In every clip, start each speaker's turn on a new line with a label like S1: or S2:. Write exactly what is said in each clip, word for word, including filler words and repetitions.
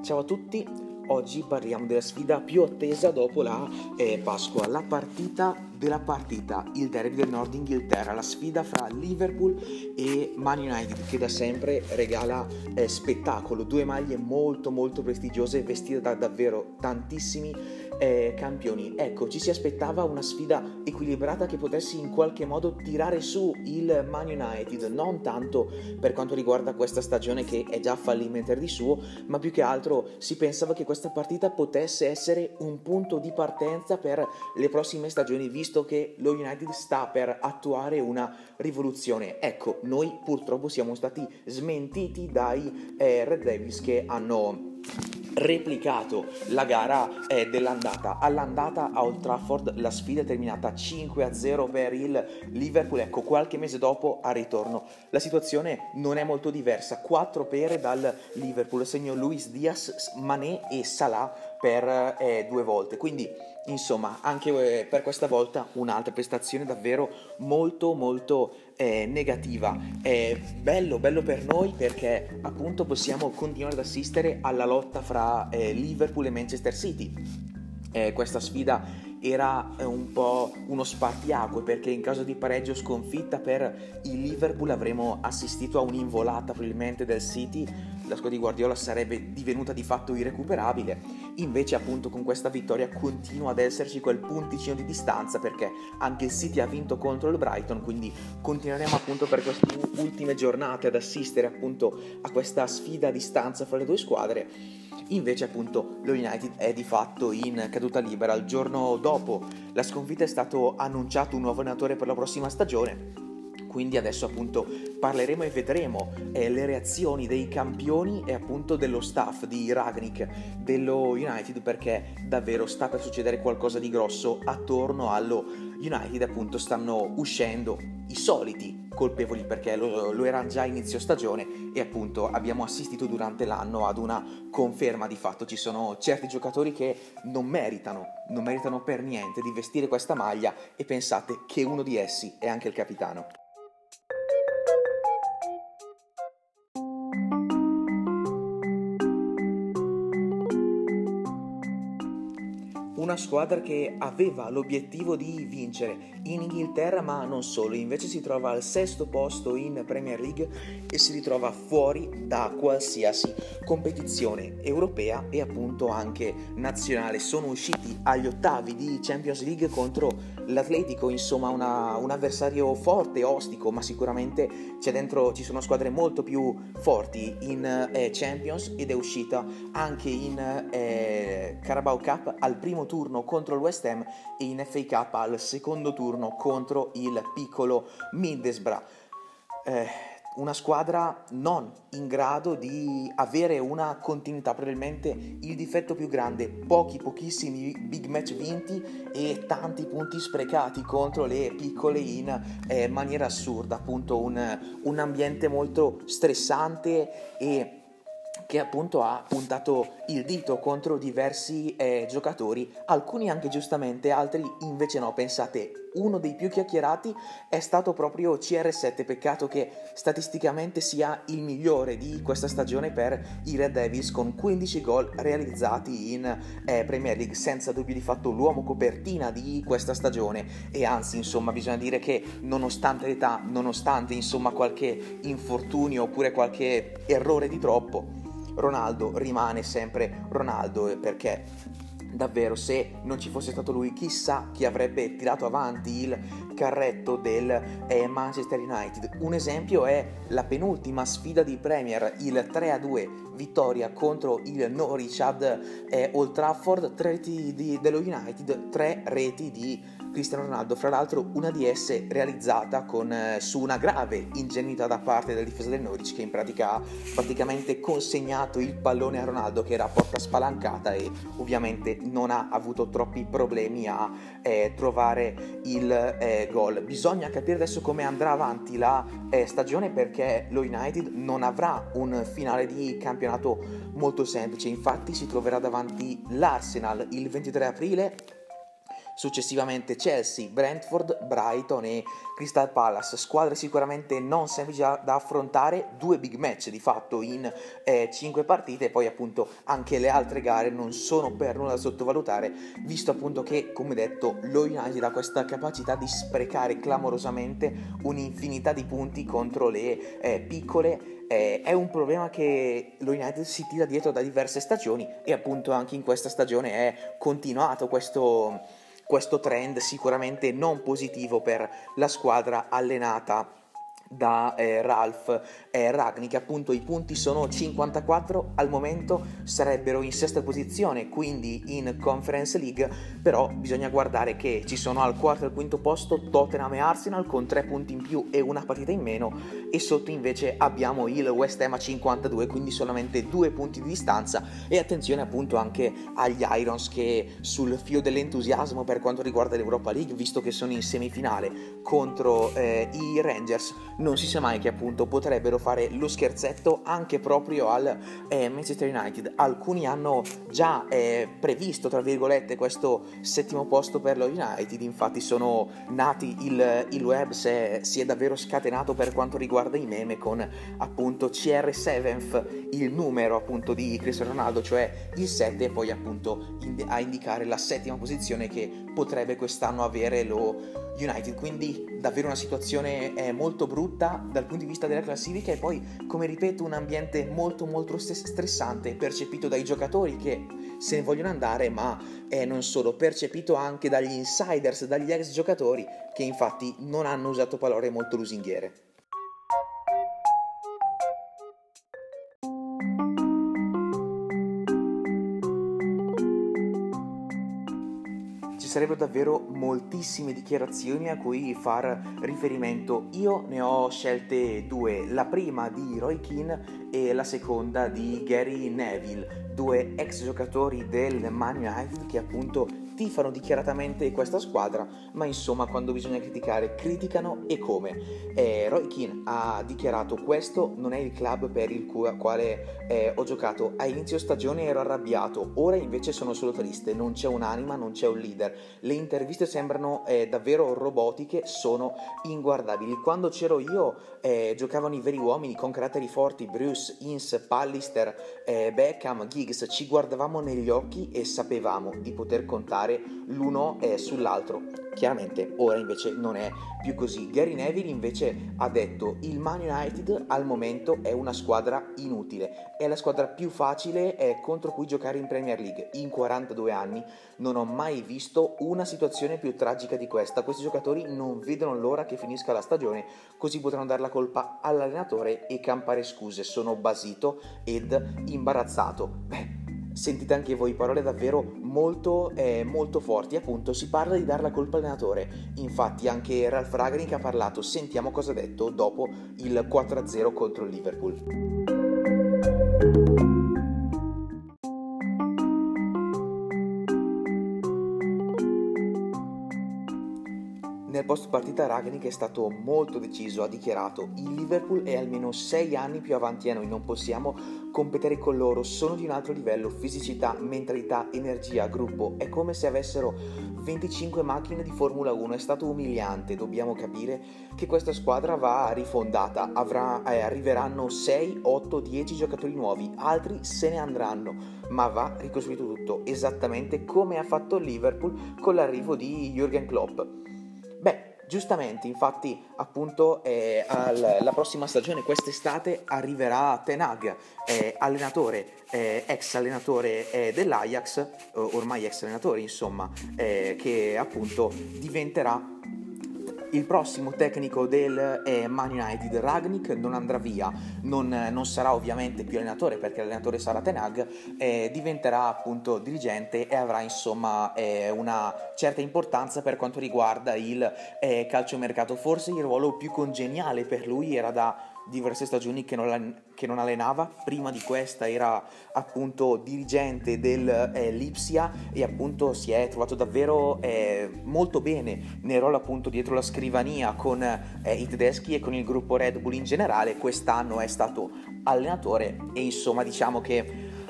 S1: Ciao a tutti, oggi parliamo della sfida più attesa dopo la eh, Pasqua, la partita della partita, il derby del Nord Inghilterra, la sfida fra Liverpool e Man United che da sempre regala eh, spettacolo, due maglie molto molto prestigiose vestite da davvero tantissimi eh, campioni. Ecco, ci si aspettava una sfida equilibrata che potesse in qualche modo tirare su il Man United, non tanto per quanto riguarda questa stagione che è già fallimentare di suo, ma più che altro si pensava che questa partita potesse essere un punto di partenza per le prossime stagioni, visto che lo United sta per attuare una rivoluzione. Ecco, noi purtroppo siamo stati smentiti dai eh, Red Devils che hanno replicato la gara eh, dell'andata. All'andata a Old Trafford la sfida è terminata cinque a zero per il Liverpool. Ecco, qualche mese dopo al ritorno la situazione non è molto diversa, quattro pere dal Liverpool, segno Luis Diaz, Mané e Salah per eh, due volte, quindi insomma anche eh, per questa volta un'altra prestazione davvero molto molto eh, negativa. È bello bello per noi perché appunto possiamo continuare ad assistere alla lotta fra eh, Liverpool e Manchester City. Eh, questa sfida era eh, un po' uno spartiacque, perché in caso di pareggio sconfitta per il Liverpool avremmo assistito a un'involata probabilmente del City, la squadra di Guardiola sarebbe divenuta di fatto irrecuperabile. Invece appunto con questa vittoria continua ad esserci quel punticino di distanza, perché anche il City ha vinto contro il Brighton, quindi continueremo appunto per queste ultime giornate ad assistere appunto a questa sfida a distanza fra le due squadre. Invece appunto lo United è di fatto in caduta libera. Il giorno dopo la sconfitta è stato annunciato un nuovo allenatore per la prossima stagione, quindi adesso appunto parleremo e vedremo eh, le reazioni dei campioni e appunto dello staff di Rangnick dello United, perché davvero sta per succedere qualcosa di grosso attorno allo United. Appunto stanno uscendo i soliti colpevoli, perché lo, lo erano già a inizio stagione e appunto abbiamo assistito durante l'anno ad una conferma di fatto. Ci sono certi giocatori che non meritano, non meritano per niente di vestire questa maglia, e pensate che uno di essi è anche il capitano. Una squadra che aveva l'obiettivo di vincere in Inghilterra, ma non solo, invece si trova al sesto posto in Premier League e si ritrova fuori da qualsiasi competizione europea e appunto anche nazionale. Sono usciti agli ottavi di Champions League contro l'Atletico, insomma una, un avversario forte, ostico, ma sicuramente c'è dentro, ci sono squadre molto più forti in eh, Champions, ed è uscita anche in eh, Carabao Cup al primo turno contro il West Ham e in F A Cup al secondo turno contro il piccolo Middlesbrough. Eh, una squadra non in grado di avere una continuità, probabilmente il difetto più grande: pochi pochissimi big match vinti e tanti punti sprecati contro le piccole in eh, maniera assurda. Appunto un, un ambiente molto stressante e che appunto ha puntato il dito contro diversi eh, giocatori, alcuni anche giustamente, altri invece no. Pensate, uno dei più chiacchierati è stato proprio C R sette, peccato che statisticamente sia il migliore di questa stagione per i Red Devils, con quindici gol realizzati in eh, Premier League, senza dubbio di fatto l'uomo copertina di questa stagione. E anzi, insomma, bisogna dire che nonostante l'età, nonostante insomma qualche infortunio oppure qualche errore di troppo, Ronaldo rimane sempre Ronaldo, perché davvero se non ci fosse stato lui chissà chi avrebbe tirato avanti il carretto del eh, Manchester United. Un esempio è la penultima sfida di Premier, il tre a due vittoria contro il Norwich ad eh, Old Trafford, tre reti di, dello United, tre reti di Cristiano Ronaldo, fra l'altro una di esse realizzata con, eh, su una grave ingenuità da parte del difesa del Norwich, che in pratica ha praticamente consegnato il pallone a Ronaldo che era a porta spalancata, e ovviamente non ha avuto troppi problemi a eh, trovare il eh, gol. Bisogna capire adesso come andrà avanti la eh, stagione, perché lo United non avrà un finale di campionato molto semplice. Infatti si troverà davanti l'Arsenal il ventitré aprile, successivamente Chelsea, Brentford, Brighton e Crystal Palace, squadre sicuramente non semplici da affrontare, due big match di fatto in eh, cinque partite, e poi appunto anche le altre gare non sono per nulla da sottovalutare, visto appunto che, come detto, lo United ha questa capacità di sprecare clamorosamente un'infinità di punti contro le eh, piccole. Eh, è un problema che lo United si tira dietro da diverse stagioni, e appunto anche in questa stagione è continuato questo, questo trend sicuramente non positivo per la squadra allenata da eh, Ralf eh, Rangnick. Appunto i punti sono cinquantaquattro, al momento sarebbero in sesta posizione, quindi in Conference League, però bisogna guardare che ci sono al quarto e al quinto posto Tottenham e Arsenal con tre punti in più e una partita in meno, e sotto invece abbiamo il West Ham a cinquantadue, quindi solamente due punti di distanza. E attenzione appunto anche agli Irons, che sul filo dell'entusiasmo per quanto riguarda l'Europa League, visto che sono in semifinale contro eh, i Rangers, non si sa mai che appunto potrebbero fare lo scherzetto anche proprio al eh, Manchester United. Alcuni hanno già eh, previsto, tra virgolette, questo settimo posto per lo United, infatti sono nati, il, il web si è, si è davvero scatenato per quanto riguarda i meme, con appunto C R sette, il numero appunto di Cristiano Ronaldo, cioè il sette, e poi appunto in, a indicare la settima posizione che potrebbe quest'anno avere lo United. Quindi davvero una situazione eh, molto brutta dal punto di vista della classifica, e poi, come ripeto, un ambiente molto molto stressante percepito dai giocatori che se ne vogliono andare, ma eh, non solo, percepito anche dagli insiders, dagli ex giocatori, che infatti non hanno usato parole molto lusinghiere. Ci sarebbero davvero moltissime dichiarazioni a cui far riferimento. Io ne ho scelte due, la prima di Roy Keane e la seconda di Gary Neville, due ex giocatori del Man United che appunto tifano dichiaratamente questa squadra, ma insomma quando bisogna criticare criticano, e come. Eh, Roy Keane ha dichiarato: questo non è il club per il quale eh, ho giocato, a inizio stagione ero arrabbiato, ora invece sono solo triste, non c'è un'anima, non c'è un leader, le interviste sembrano eh, davvero robotiche, sono inguardabili. Quando c'ero io eh, giocavano i veri uomini con caratteri forti, Bruce, Ince, Pallister, eh, Beckham, Giggs, ci guardavamo negli occhi e sapevamo di poter contare l'uno eh, sull'altro. Chiaramente ora invece non è più così. Gary Neville invece ha detto: il Man United al momento è una squadra inutile, è la squadra più facile eh, contro cui giocare in Premier League. In quarantadue anni non ho mai visto una situazione più tragica di questa. Questi giocatori non vedono l'ora che finisca la stagione, così potranno dare la colpa all'allenatore e campare scuse. Sono basito ed imbarazzato. Beh, sentite anche voi parole davvero molto eh, molto forti. Appunto si parla di dare la colpa all'allenatore, infatti anche Ralf Rangnick ha parlato. Sentiamo cosa ha detto dopo il quattro a zero contro il Liverpool. Nel post partita Rangnick è stato molto deciso, ha dichiarato: il Liverpool è almeno sei anni più avanti a noi, non possiamo competere con loro, sono di un altro livello, fisicità, mentalità, energia, gruppo, è come se avessero venticinque macchine di Formula uno, è stato umiliante. Dobbiamo capire che questa squadra va rifondata, avrà, eh, arriveranno sei, otto, dieci giocatori nuovi, altri se ne andranno, ma va ricostruito tutto, esattamente come ha fatto il Liverpool con l'arrivo di Jürgen Klopp. Beh, giustamente, infatti, appunto, eh, al, la prossima stagione, quest'estate, arriverà Ten Hag, eh, allenatore, eh, ex allenatore eh, dell'Ajax, eh, ormai ex allenatore, insomma, eh, che appunto diventerà il prossimo tecnico del eh, Man United. Rangnick non andrà via, non, non sarà ovviamente più allenatore, perché l'allenatore sarà Ten Hag, eh, diventerà appunto dirigente e avrà insomma eh, una certa importanza per quanto riguarda il eh, calciomercato. Forse il ruolo più congeniale per lui era da diverse stagioni che non, che non allenava. Prima di questa era appunto dirigente del eh, Lipsia, e appunto si è trovato davvero eh, molto bene nel ruolo appunto dietro la scrivania con eh, i tedeschi e con il gruppo Red Bull in generale. Quest'anno è stato allenatore e insomma diciamo che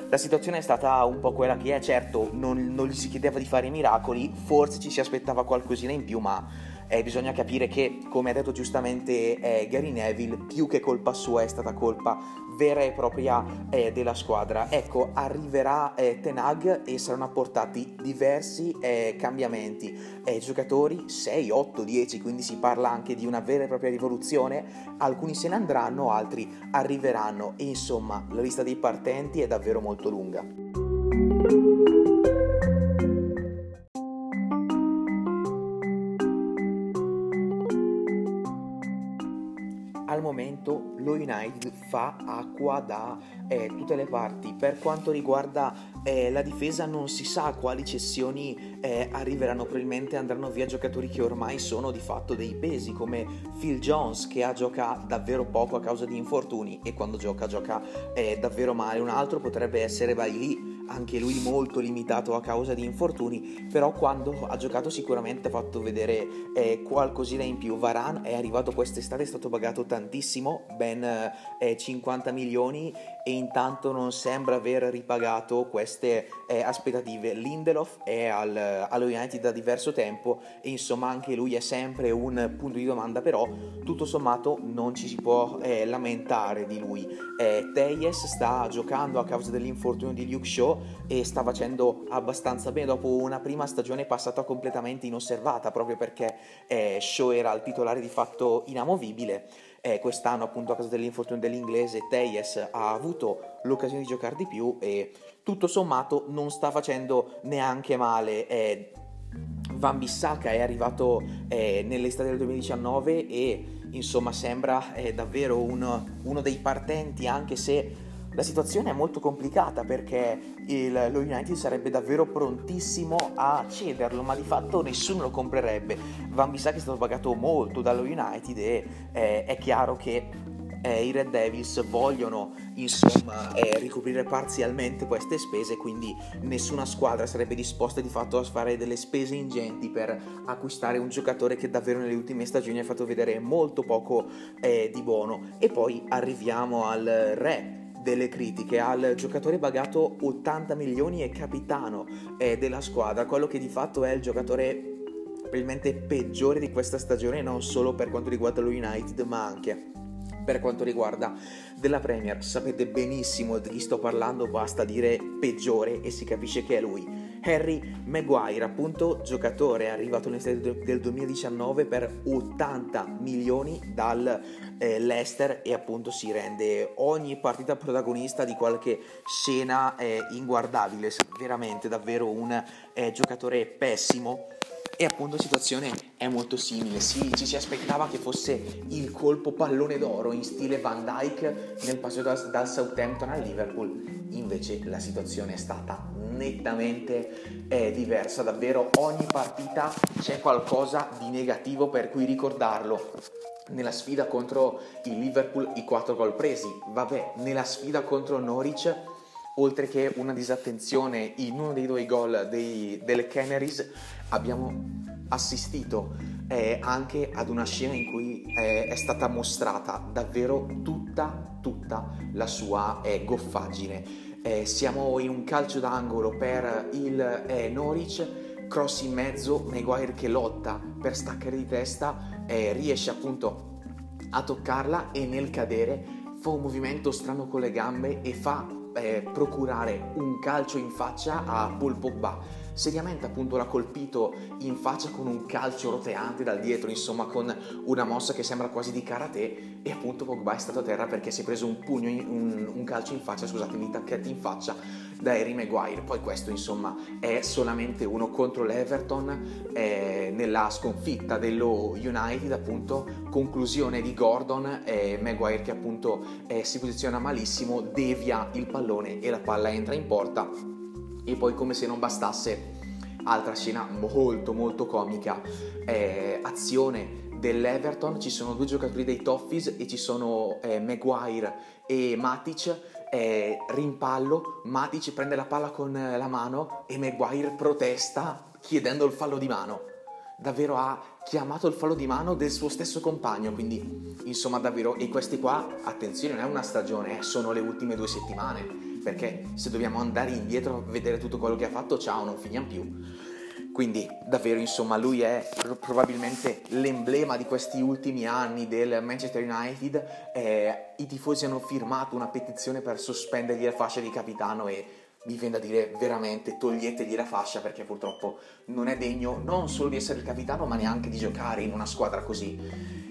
S1: la situazione è stata un po' quella che è. Certo, non, non gli si chiedeva di fare i miracoli, forse ci si aspettava qualcosina in più, ma eh, bisogna capire che, come ha detto giustamente eh, Gary Neville, più che colpa sua è stata colpa vera e propria eh, della squadra. Ecco, arriverà eh, Ten Hag e saranno apportati diversi eh, cambiamenti, eh, giocatori sei, otto, dieci, quindi si parla anche di una vera e propria rivoluzione. Alcuni se ne andranno, altri arriveranno e insomma la lista dei partenti è davvero molto lunga. Al momento lo United fa acqua da eh, tutte le parti. Per quanto riguarda eh, la difesa non si sa quali cessioni eh, arriveranno, probabilmente andranno via giocatori che ormai sono di fatto dei pesi, come Phil Jones, che ha gioca davvero poco a causa di infortuni e quando gioca gioca eh, davvero male. Un altro potrebbe essere Bailey, anche lui molto limitato a causa di infortuni, però quando ha giocato sicuramente ha fatto vedere eh, qualcosina in più. Varane è arrivato quest'estate, è stato pagato tantissimo, ben eh, cinquanta milioni, e intanto non sembra aver ripagato queste eh, aspettative. Lindelof è al, allo United da diverso tempo e insomma anche lui è sempre un punto di domanda, però tutto sommato non ci si può eh, lamentare di lui. eh, Telles sta giocando a causa dell'infortunio di Luke Shaw e sta facendo abbastanza bene dopo una prima stagione passata completamente inosservata, proprio perché eh, Shaw era il titolare di fatto inamovibile. Eh, quest'anno appunto a causa dell'infortunio dell'inglese Telles ha avuto l'occasione di giocare di più e tutto sommato non sta facendo neanche male. eh, Wan-Bissaka è arrivato eh, nell'estate del duemiladiciannove e insomma sembra eh, davvero un, uno dei partenti, anche se la situazione è molto complicata perché il, lo United sarebbe davvero prontissimo a cederlo, ma di fatto nessuno lo comprerebbe. Wan-Bissaka è stato pagato molto dallo United e eh, è chiaro che eh, i Red Devils vogliono insomma eh, ricoprire parzialmente queste spese, quindi nessuna squadra sarebbe disposta di fatto a fare delle spese ingenti per acquistare un giocatore che davvero nelle ultime stagioni ha fatto vedere molto poco eh, di buono. E poi arriviamo al re delle critiche, al giocatore pagato ottanta milioni e capitano eh, della squadra, quello che di fatto è il giocatore probabilmente peggiore di questa stagione, non solo per quanto riguarda lo United ma anche per quanto riguarda della Premier. Sapete benissimo di chi sto parlando, basta dire peggiore e si capisce che è lui. Harry Maguire, appunto, giocatore arrivato nell'estate del duemiladiciannove per ottanta milioni dal eh, Leicester e appunto si rende ogni partita protagonista di qualche scena eh, inguardabile, veramente davvero un eh, giocatore pessimo. E appunto la situazione è molto simile, sì, ci si aspettava che fosse il colpo pallone d'oro in stile Van Dijk nel passaggio dal, dal Southampton al Liverpool, invece la situazione è stata nettamente eh, diversa. Davvero ogni partita c'è qualcosa di negativo per cui ricordarlo. Nella sfida contro il Liverpool i quattro gol presi, vabbè, nella sfida contro Norwich, oltre che una disattenzione in uno dei due gol dei, delle Canaries, abbiamo assistito eh, anche ad una scena in cui eh, è stata mostrata davvero tutta, tutta la sua eh, goffaggine. Eh, siamo in un calcio d'angolo per il eh, Norwich, cross in mezzo, Maguire che lotta per staccare di testa, eh, riesce appunto a toccarla e nel cadere fa un movimento strano con le gambe e fa Eh, procurare un calcio in faccia a Paul Pogba. Seriamente appunto l'ha colpito in faccia con un calcio roteante dal dietro, insomma con una mossa che sembra quasi di karate, e appunto Pogba è stato a terra perché si è preso un pugno in, un, un calcio in faccia, scusatemi, un tacchetti in faccia da Harry Maguire. Poi questo insomma è solamente uno contro l'Everton eh, nella sconfitta dello United, appunto conclusione di Gordon, eh, Maguire che appunto eh, si posiziona malissimo, devia il pallone e la palla entra in porta. E poi, come se non bastasse, altra scena molto molto comica, eh, azione dell'Everton, ci sono due giocatori dei Toffees e ci sono eh, Maguire e Matic, eh, rimpallo, Matic prende la palla con la mano e Maguire protesta chiedendo il fallo di mano. Davvero ha chiamato il fallo di mano del suo stesso compagno, quindi insomma davvero, e questi qua, attenzione, non è una stagione, eh, sono le ultime due settimane, perché se dobbiamo andare indietro a vedere tutto quello che ha fatto, ciao, non finiamo più. Quindi davvero, insomma, lui è probabilmente l'emblema di questi ultimi anni del Manchester United. Eh, i tifosi hanno firmato una petizione per sospendergli la fascia di capitano e mi viene da dire veramente toglietegli la fascia, perché purtroppo non è degno non solo di essere il capitano ma neanche di giocare in una squadra così.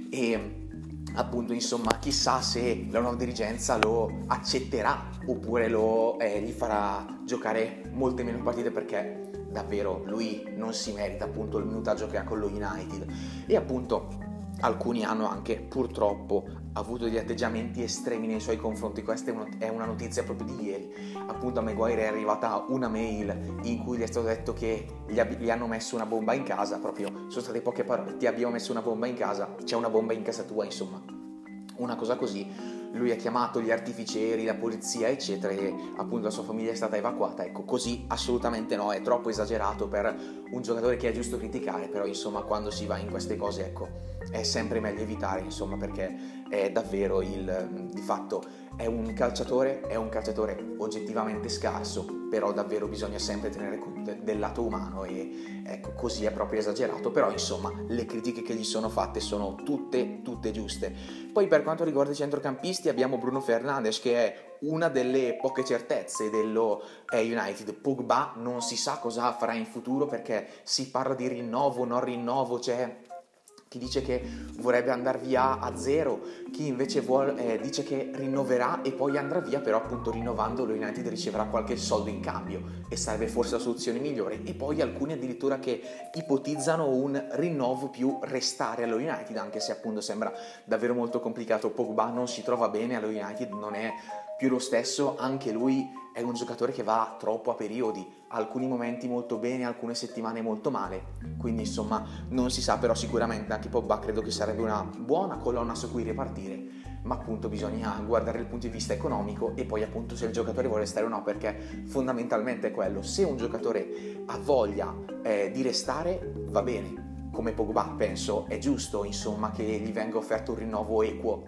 S1: E appunto, insomma, chissà se la nuova dirigenza lo accetterà oppure lo eh, gli farà giocare molte meno partite, perché davvero lui non si merita appunto il minutaggio che ha con lo United. E appunto alcuni hanno anche purtroppo avuto degli atteggiamenti estremi nei suoi confronti. Questa è una notizia proprio di ieri. Appunto a Maguire è arrivata una mail in cui gli è stato detto che gli, ab- gli hanno messo una bomba in casa, proprio sono state poche parole: ti abbiamo messo una bomba in casa, c'è una bomba in casa tua, insomma una cosa così. Lui ha chiamato gli artificieri, la polizia eccetera, e appunto la sua famiglia è stata evacuata. Ecco, così assolutamente no, è troppo esagerato per un giocatore che è giusto criticare, però insomma quando si va in queste cose, ecco, è sempre meglio evitare, insomma, perché è davvero il di fatto è un calciatore, è un calciatore oggettivamente scarso, però davvero bisogna sempre tenere conto del lato umano, e ecco, così è proprio esagerato. Però insomma le critiche che gli sono fatte sono tutte tutte giuste. Poi per quanto riguarda i centrocampisti abbiamo Bruno Fernandes, che è una delle poche certezze dello eh, United. Pogba non si sa cosa farà in futuro, perché si parla di rinnovo, non rinnovo, c'è chi dice che vorrebbe andare via a zero, chi invece vuole, eh, dice che rinnoverà e poi andrà via, però appunto rinnovando lo United riceverà qualche soldo in cambio e sarebbe forse la soluzione migliore. E poi alcuni addirittura che ipotizzano un rinnovo più restare allo United, anche se appunto sembra davvero molto complicato. Pogba non si trova bene allo United, non è più lo stesso, anche lui è un giocatore che va troppo a periodi, alcuni momenti molto bene, alcune settimane molto male, quindi insomma non si sa. Però sicuramente anche Pogba credo che sarebbe una buona colonna su cui ripartire, ma appunto bisogna guardare il punto di vista economico e poi appunto se il giocatore vuole restare o no, perché fondamentalmente è quello: se un giocatore ha voglia eh, di restare, va bene, come Pogba penso è giusto insomma che gli venga offerto un rinnovo equo,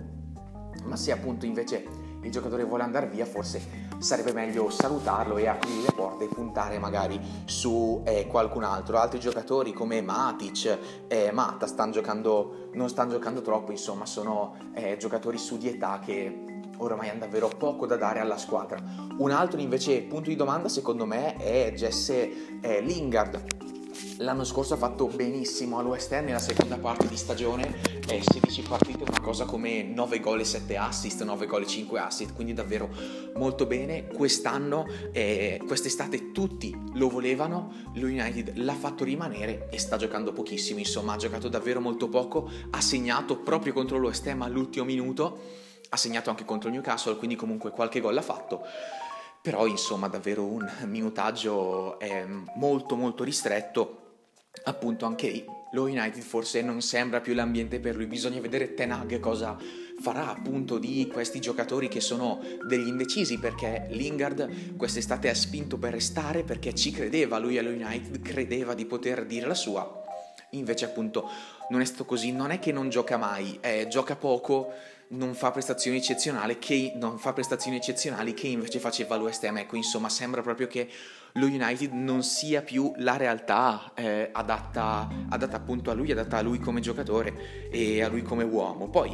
S1: ma se appunto invece il giocatore vuole andare via, forse sarebbe meglio salutarlo e aprire le porte e puntare magari su eh, qualcun altro. Altri giocatori come Matic e eh, Mata stanno giocando, non stanno giocando troppo, insomma sono eh, giocatori su di età che ormai hanno davvero poco da dare alla squadra. Un altro invece punto di domanda secondo me è Jesse eh, Lingard. L'anno scorso ha fatto benissimo all'West Ham nella seconda parte di stagione, eh, sedici partite, una cosa come nove gol e sette assist, nove gol e cinque assist, quindi davvero molto bene. Quest'anno, eh, quest'estate tutti lo volevano, lo United l'ha fatto rimanere e sta giocando pochissimo, insomma ha giocato davvero molto poco, ha segnato proprio contro l'West Ham all'ultimo minuto, ha segnato anche contro il Newcastle, quindi comunque qualche gol l'ha fatto. Però insomma davvero un minutaggio eh, molto molto ristretto. Appunto anche lo United forse non sembra più l'ambiente per lui, bisogna vedere Ten Hag cosa farà appunto di questi giocatori che sono degli indecisi, perché Lingard quest'estate ha spinto per restare perché ci credeva, lui allo United credeva di poter dire la sua, invece appunto non è stato così. Non è che non gioca mai, eh, gioca poco, non fa prestazioni eccezionali che non fa prestazioni eccezionali che invece faceva l'West Ham. Ecco, insomma sembra proprio che lo United non sia più la realtà eh, adatta, adatta appunto a lui, adatta a lui come giocatore e a lui come uomo. Poi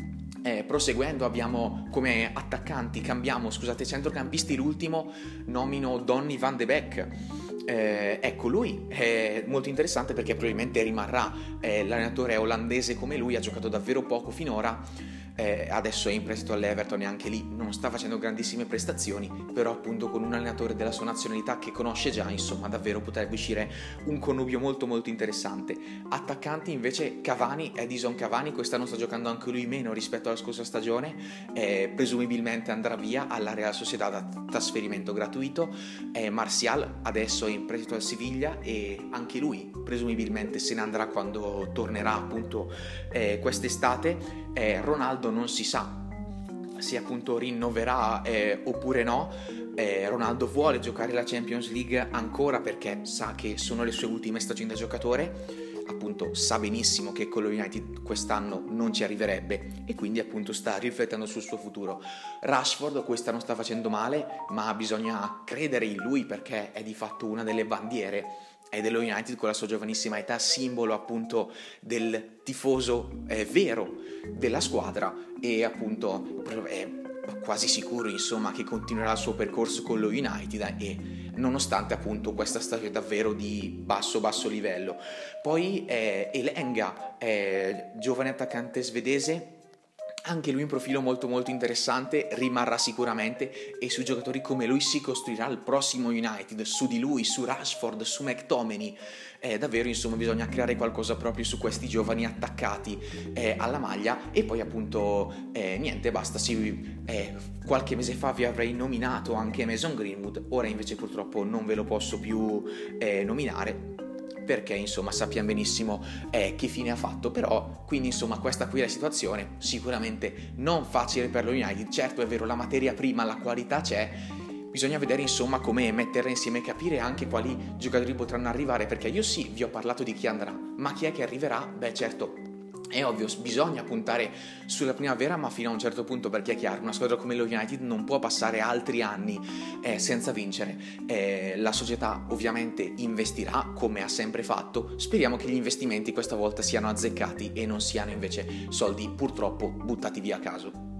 S1: eh, proseguendo abbiamo come attaccanti, cambiamo scusate centrocampisti, l'ultimo nomino Donny van de Beek. Eh, ecco, lui è molto interessante perché probabilmente rimarrà, eh, l'allenatore è olandese come lui, ha giocato davvero poco finora, eh, adesso è in prestito all'Everton e anche lì non sta facendo grandissime prestazioni, però appunto con un allenatore della sua nazionalità che conosce già, insomma davvero potrebbe uscire un connubio molto molto interessante. Attaccanti invece Cavani, Edison Cavani, quest'anno sta giocando anche lui meno rispetto alla scorsa stagione, eh, presumibilmente andrà via alla Real Sociedad a trasferimento gratuito. eh, Martial adesso è in prestito al Siviglia e anche lui presumibilmente se ne andrà quando tornerà appunto eh, quest'estate. eh, Ronaldo non si sa se appunto rinnoverà eh, oppure no. eh, Ronaldo vuole giocare la Champions League ancora perché sa che sono le sue ultime stagioni da giocatore, appunto sa benissimo che con lo United quest'anno non ci arriverebbe e quindi appunto sta riflettendo sul suo futuro. Rashford quest'anno sta facendo male, ma bisogna credere in lui perché è di fatto una delle bandiere è dello United con la sua giovanissima età, simbolo appunto del tifoso eh, vero della squadra e appunto è quasi sicuro insomma che continuerà il suo percorso con lo United e nonostante appunto questa stagione davvero di basso basso livello. Poi eh, Elanga, eh, giovane attaccante svedese, anche lui un profilo molto molto interessante, rimarrà sicuramente e su giocatori come lui si costruirà il prossimo United, su di lui, su Rashford, su McTominay. Eh, davvero insomma bisogna creare qualcosa proprio su questi giovani attaccati eh, alla maglia e poi appunto eh, niente basta, sì, eh, qualche mese fa vi avrei nominato anche Mason Greenwood, ora invece purtroppo non ve lo posso più eh, nominare perché insomma sappiamo benissimo eh, che fine ha fatto, però quindi insomma questa qui è la situazione, sicuramente non facile per lo United, certo è vero la materia prima, la qualità c'è, bisogna vedere insomma come metterla insieme e capire anche quali giocatori potranno arrivare, perché io sì vi ho parlato di chi andrà, ma chi è che arriverà? Beh certo, è ovvio, bisogna puntare sulla primavera ma fino a un certo punto, perché è chiaro, una squadra come lo United non può passare altri anni eh, senza vincere. Eh, la società ovviamente investirà come ha sempre fatto, speriamo che gli investimenti questa volta siano azzeccati e non siano invece soldi purtroppo buttati via a caso.